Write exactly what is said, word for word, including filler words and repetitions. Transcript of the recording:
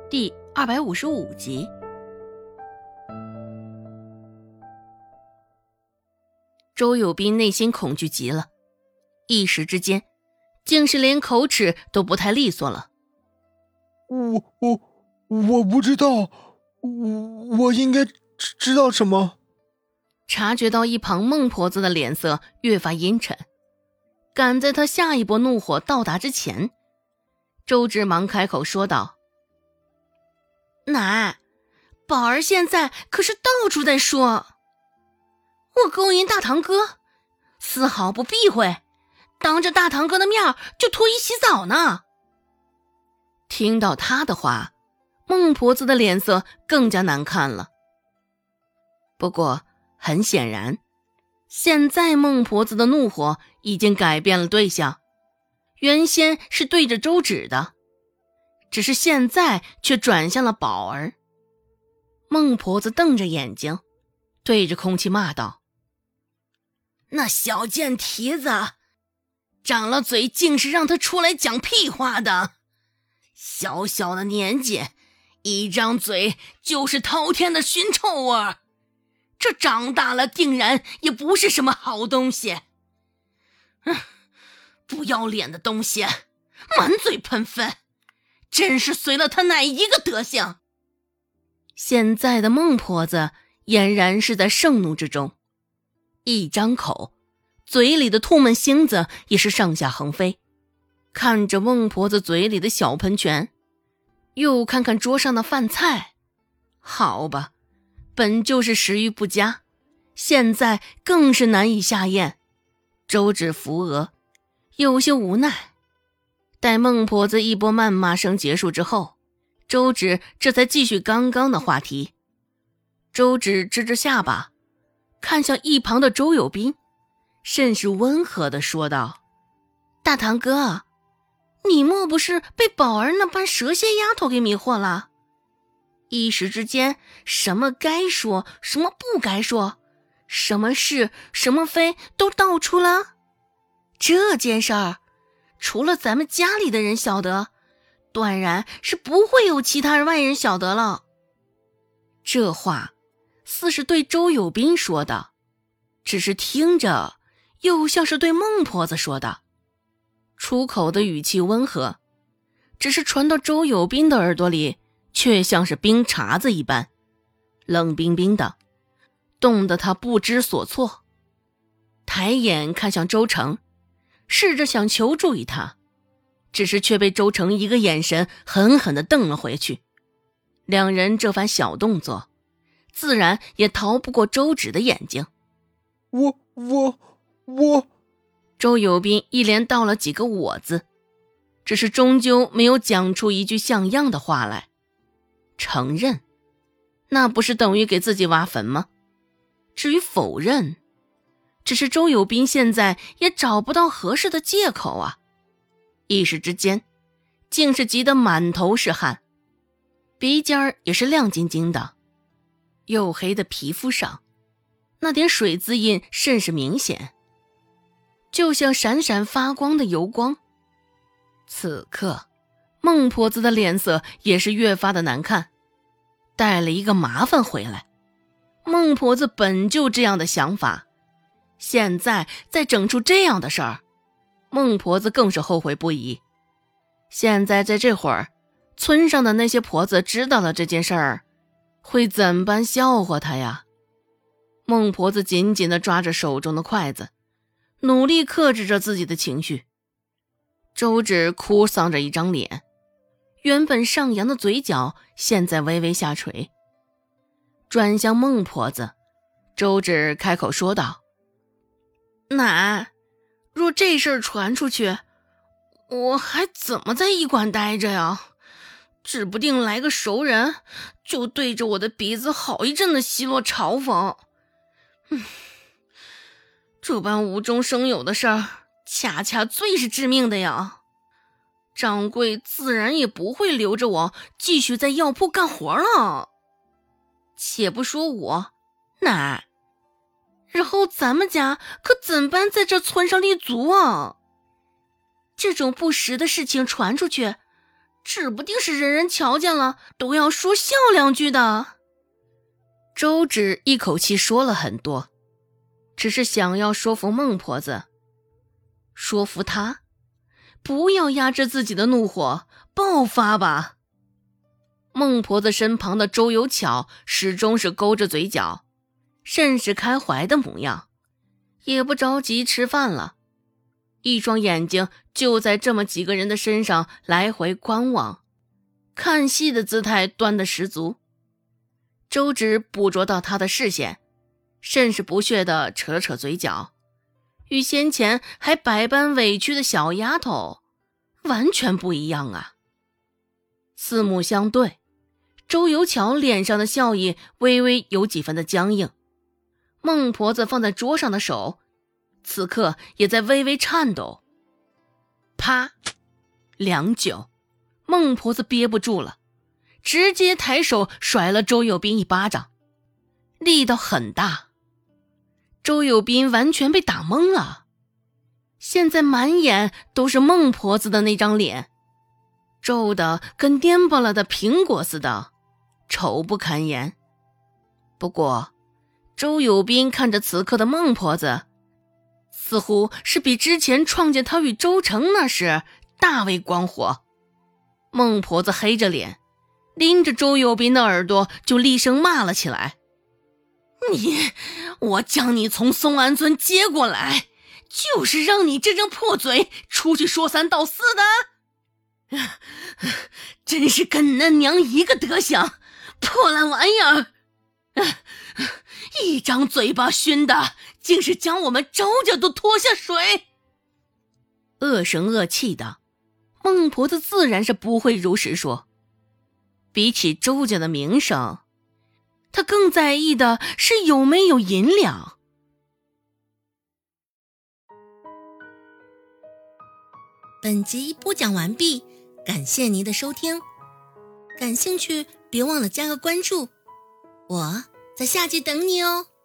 第二百五十五集。周有斌内心恐惧极了，一时之间竟是连口齿都不太利索了。 我我我不知道，我我应该知知道什么？ 察觉到一旁孟婆子的脸色越发阴沉，赶在他下一波怒火到达之前，周芷忙开口说道：奶，宝儿现在可是到处在说我勾引大堂哥，丝毫不避讳，当着大堂哥的面就脱衣洗澡呢。听到他的话，孟婆子的脸色更加难看了。不过很显然，现在孟婆子的怒火已经改变了对象，原先是对着周芷的，只是现在却转向了宝儿。孟婆子瞪着眼睛，对着空气骂道：那小贱蹄子，长了嘴竟是让他出来讲屁话的，小小的年纪，一张嘴就是滔天的熏臭味，这长大了定然也不是什么好东西。嗯，不要脸的东西，满嘴喷粪，真是随了他哪一个德行。现在的孟婆子俨然是在盛怒之中，一张口，嘴里的唾沫星子也是上下横飞。看着孟婆子嘴里的小喷泉，又看看桌上的饭菜，好吧，本就是食欲不佳，现在更是难以下咽。周芷扶额，有些无奈。待孟婆子一波谩骂声结束之后，周芷这才继续刚刚的话题。周芷支着下巴，看向一旁的周有斌，甚是温和地说道：大堂哥，你莫不是被宝儿那般蛇蝎丫头给迷惑了？一时之间，什么该说，什么不该说，什么是什么非都道出了。这件事儿，除了咱们家里的人晓得，断然是不会有其他人外人晓得了。这话似是对周有斌说的，只是听着又像是对孟婆子说的。出口的语气温和，只是传到周有斌的耳朵里，却像是冰碴子一般，冷冰冰的，冻得他不知所措。抬眼看向周成，试着想求助于他，只是却被周成一个眼神狠狠地瞪了回去。两人这番小动作，自然也逃不过周芷的眼睛。 我我我周有斌一连道了几个我字，只是终究没有讲出一句像样的话来。承认，那不是等于给自己挖坟吗？至于否认，只是周有斌现在也找不到合适的借口啊。一时之间，竟是急得满头是汗，鼻尖儿也是亮晶晶的，黝黑的皮肤上，那点水渍印甚是明显，就像闪闪发光的油光。此刻，孟婆子的脸色也是越发的难看，带了一个麻烦回来。孟婆子本就这样的想法，现在再整出这样的事儿，孟婆子更是后悔不已。现在在这会儿，村上的那些婆子知道了这件事儿，会怎般笑话她呀？孟婆子紧紧地抓着手中的筷子，努力克制着自己的情绪。周芷哭丧着一张脸，原本上扬的嘴角现在微微下垂。转向孟婆子，周芷开口说道：奶，若这事儿传出去，我还怎么在驿馆待着呀？指不定来个熟人，就对着我的鼻子好一阵的奚落嘲讽。嗯，这般无中生有的事儿，恰恰最是致命的呀。掌柜自然也不会留着我继续在药铺干活了。且不说我，奶，日后咱们家可怎般在这村上立足啊？这种不实的事情传出去， 指不定是人人瞧见了都要说笑两句的。周芷一口气说了很多，只是想要说服孟婆子，说服她不要压制自己的怒火，爆发吧。孟婆子身旁的周有巧始终是勾着嘴角，甚是开怀的模样，也不着急吃饭了，一双眼睛就在这么几个人的身上来回观望，看戏的姿态端得十足。周芷捕捉到他的视线，甚是不屑地扯了扯嘴角，与先前还百般委屈的小丫头完全不一样啊。四目相对，周有巧脸上的笑意微微有几分的僵硬，孟婆子放在桌上的手此刻也在微微颤抖。啪，良久，孟婆子憋不住了，直接抬手甩了周有斌一巴掌，力道很大。周有斌完全被打懵了，现在满眼都是孟婆子的那张脸，皱得跟颠簸了的苹果似的，丑不堪言。不过周有斌看着此刻的孟婆子，似乎是比之前创建他与周成那时大为光火。孟婆子黑着脸，拎着周有斌的耳朵就厉声骂了起来：你，我将你从松安村接过来，就是让你这张破嘴出去说三道四的？真是跟恁娘一个德行，破烂玩意儿！一张嘴巴熏的，竟是将我们周家都拖下水。恶声恶气的，孟婆子自然是不会如实说。比起周家的名声，她更在意的是有没有银两。 本集播讲完毕，感谢您的收听。感兴趣别忘了加个关注，我在下集等你哦。